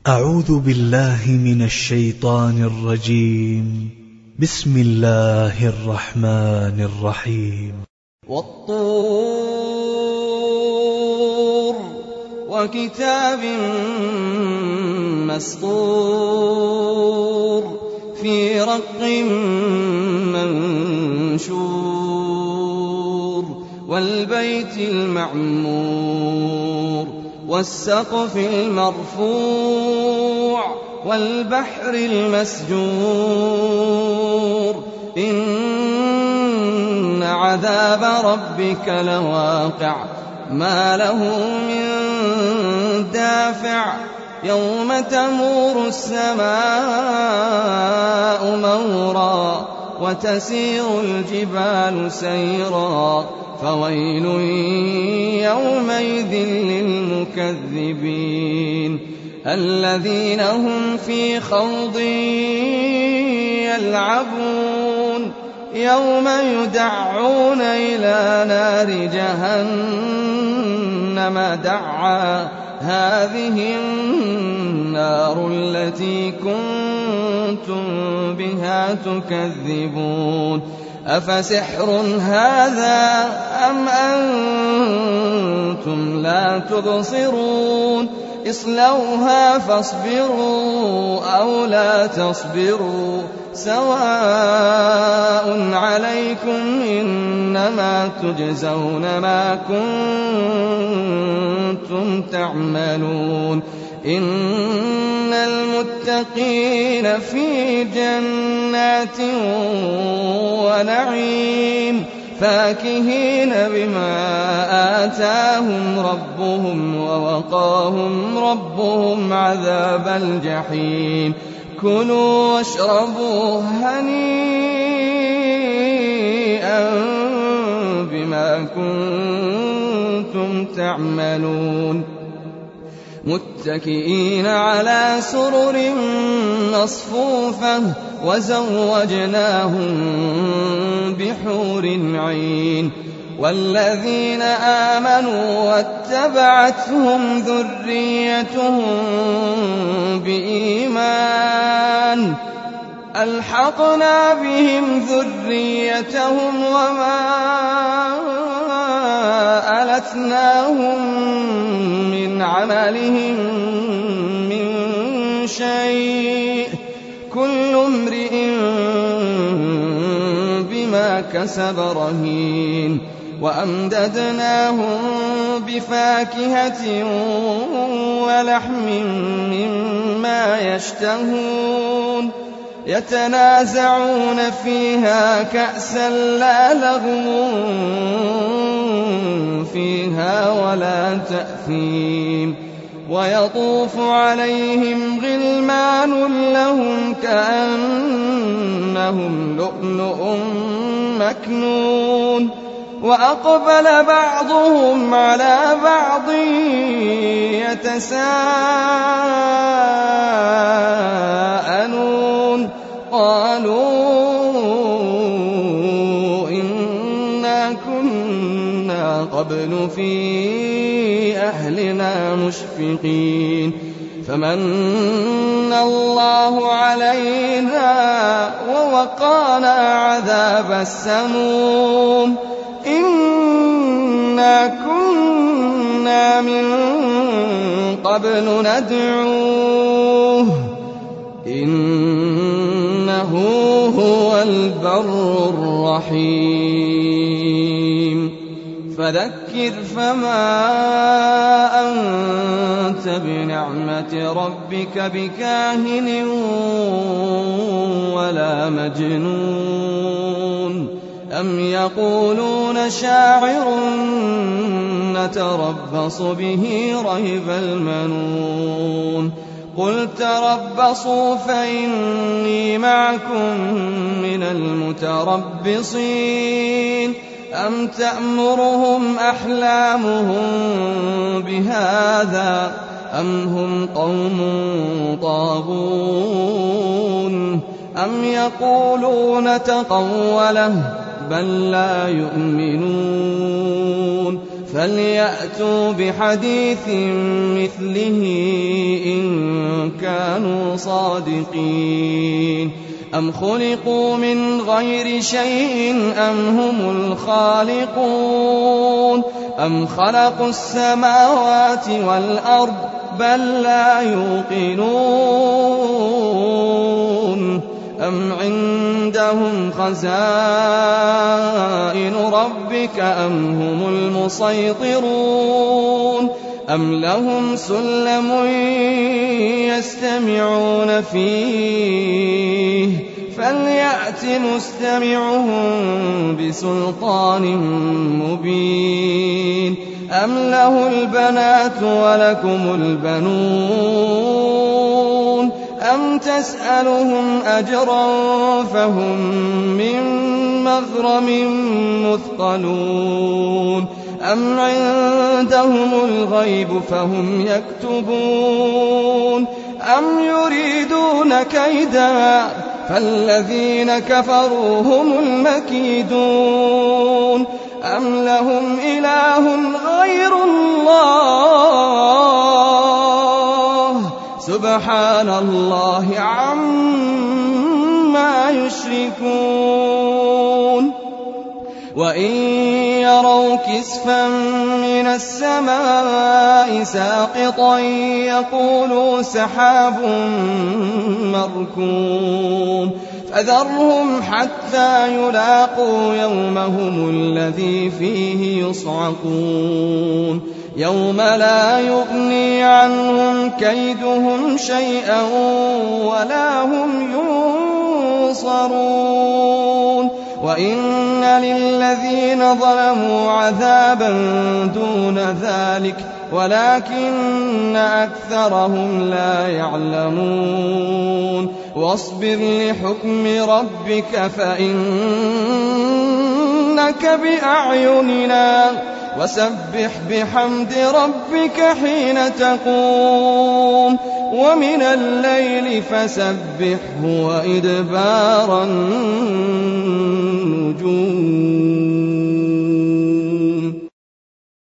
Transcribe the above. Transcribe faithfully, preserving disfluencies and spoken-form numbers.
أعوذ بالله من الشيطان الرجيم. بسم الله الرحمن الرحيم. والطور وكتاب مسطور في رق منشور والبيت المعمور والسقف المرفوع والبحر المسجور إن عذاب ربك لواقع ما له من دافع يوم تمور السماء مورا وتسير الجبال سيرا فويل يومئذ للمكذبين الذين هم في خوض يلعبون يوم يدعون إلى نار جهنم دعا هذه النار التي كنتم بها تكذبون أفسحر هذا أم أنتم لا تبصرون اصلوها فاصبروا أو لا تصبروا سواء عليكم إنما تجزون ما كنتم تعملون إن المتقين في جنات ونعيم فاكهين بما آتاهم ربهم ووقاهم ربهم عذاب الجحيم كلوا واشربوا هنيئا بما كنتم تعملون متكئين على سرر مصفوفة وزوجناهم بحور عين والذين آمنوا واتبعتهم ذريتهم بإيمان ألحقنا بهم ذريتهم وما ألتناهم من عملهم من شيء كل امرئ بما كسب رهين وأمددناهم بفاكهة ولحم مما يشتهون يتنازعون فيها كأسا لا لغو فيها ولا تأثيم ويطوف عليهم غلمان لهم كأنهم لؤلؤ مكنون وأقبل بعضهم على بعض يتساءلون قالوا إنا كنا قبل في أهلنا مشفقين فمن الله علينا ووقانا عذاب السموم إنا كنا من قبل ندعوه إنه هو البر الرحيم فذكر فما أنت بنعمة ربك بكاهن ولا مجنون أم يقولون شاعر نتربص به ريب المنون قل تربصوا فإني معكم من المتربصين أم تأمرهم أحلامهم بهذا أم هم قوم طاغون أم يقولون تقوله بل لا يؤمنون فليأتوا بحديث مثله إن كانوا صادقين أم خلقوا من غير شيء أم هم الخالقون أم خلقوا السماوات والأرض بل لا يوقنون أم عندهم خزائن ربك أم هم المسيطرون أم لهم سلم يستمعون فيه فليأت مستمعهم بسلطان مبين أم له البنات ولكم البنون أم تسألهم أجرا فهم من مغرم مثقلون أم عندهم الغيب فهم يكتبون أم يريدون كيدا فالذين كفروا هم المكيدون أم لهم إله غير الله سبحان الله عما يشركون وإن يروا كسفا من السماء ساقطا يقولوا سحاب مركوم فذرهم حتى يلاقوا يومهم الذي فيه يصعقون يوم لا يغني عنهم كيدهم شيئا ولا هم ينصرون وإن للذين ظلموا عذابا دون ذلك ولكن أكثرهم لا يعلمون واصبر لحكم ربك فإنك بأعيننا وسبح بحمد ربك حين تقوم ومن الليل فسبحه وإدبار النجوم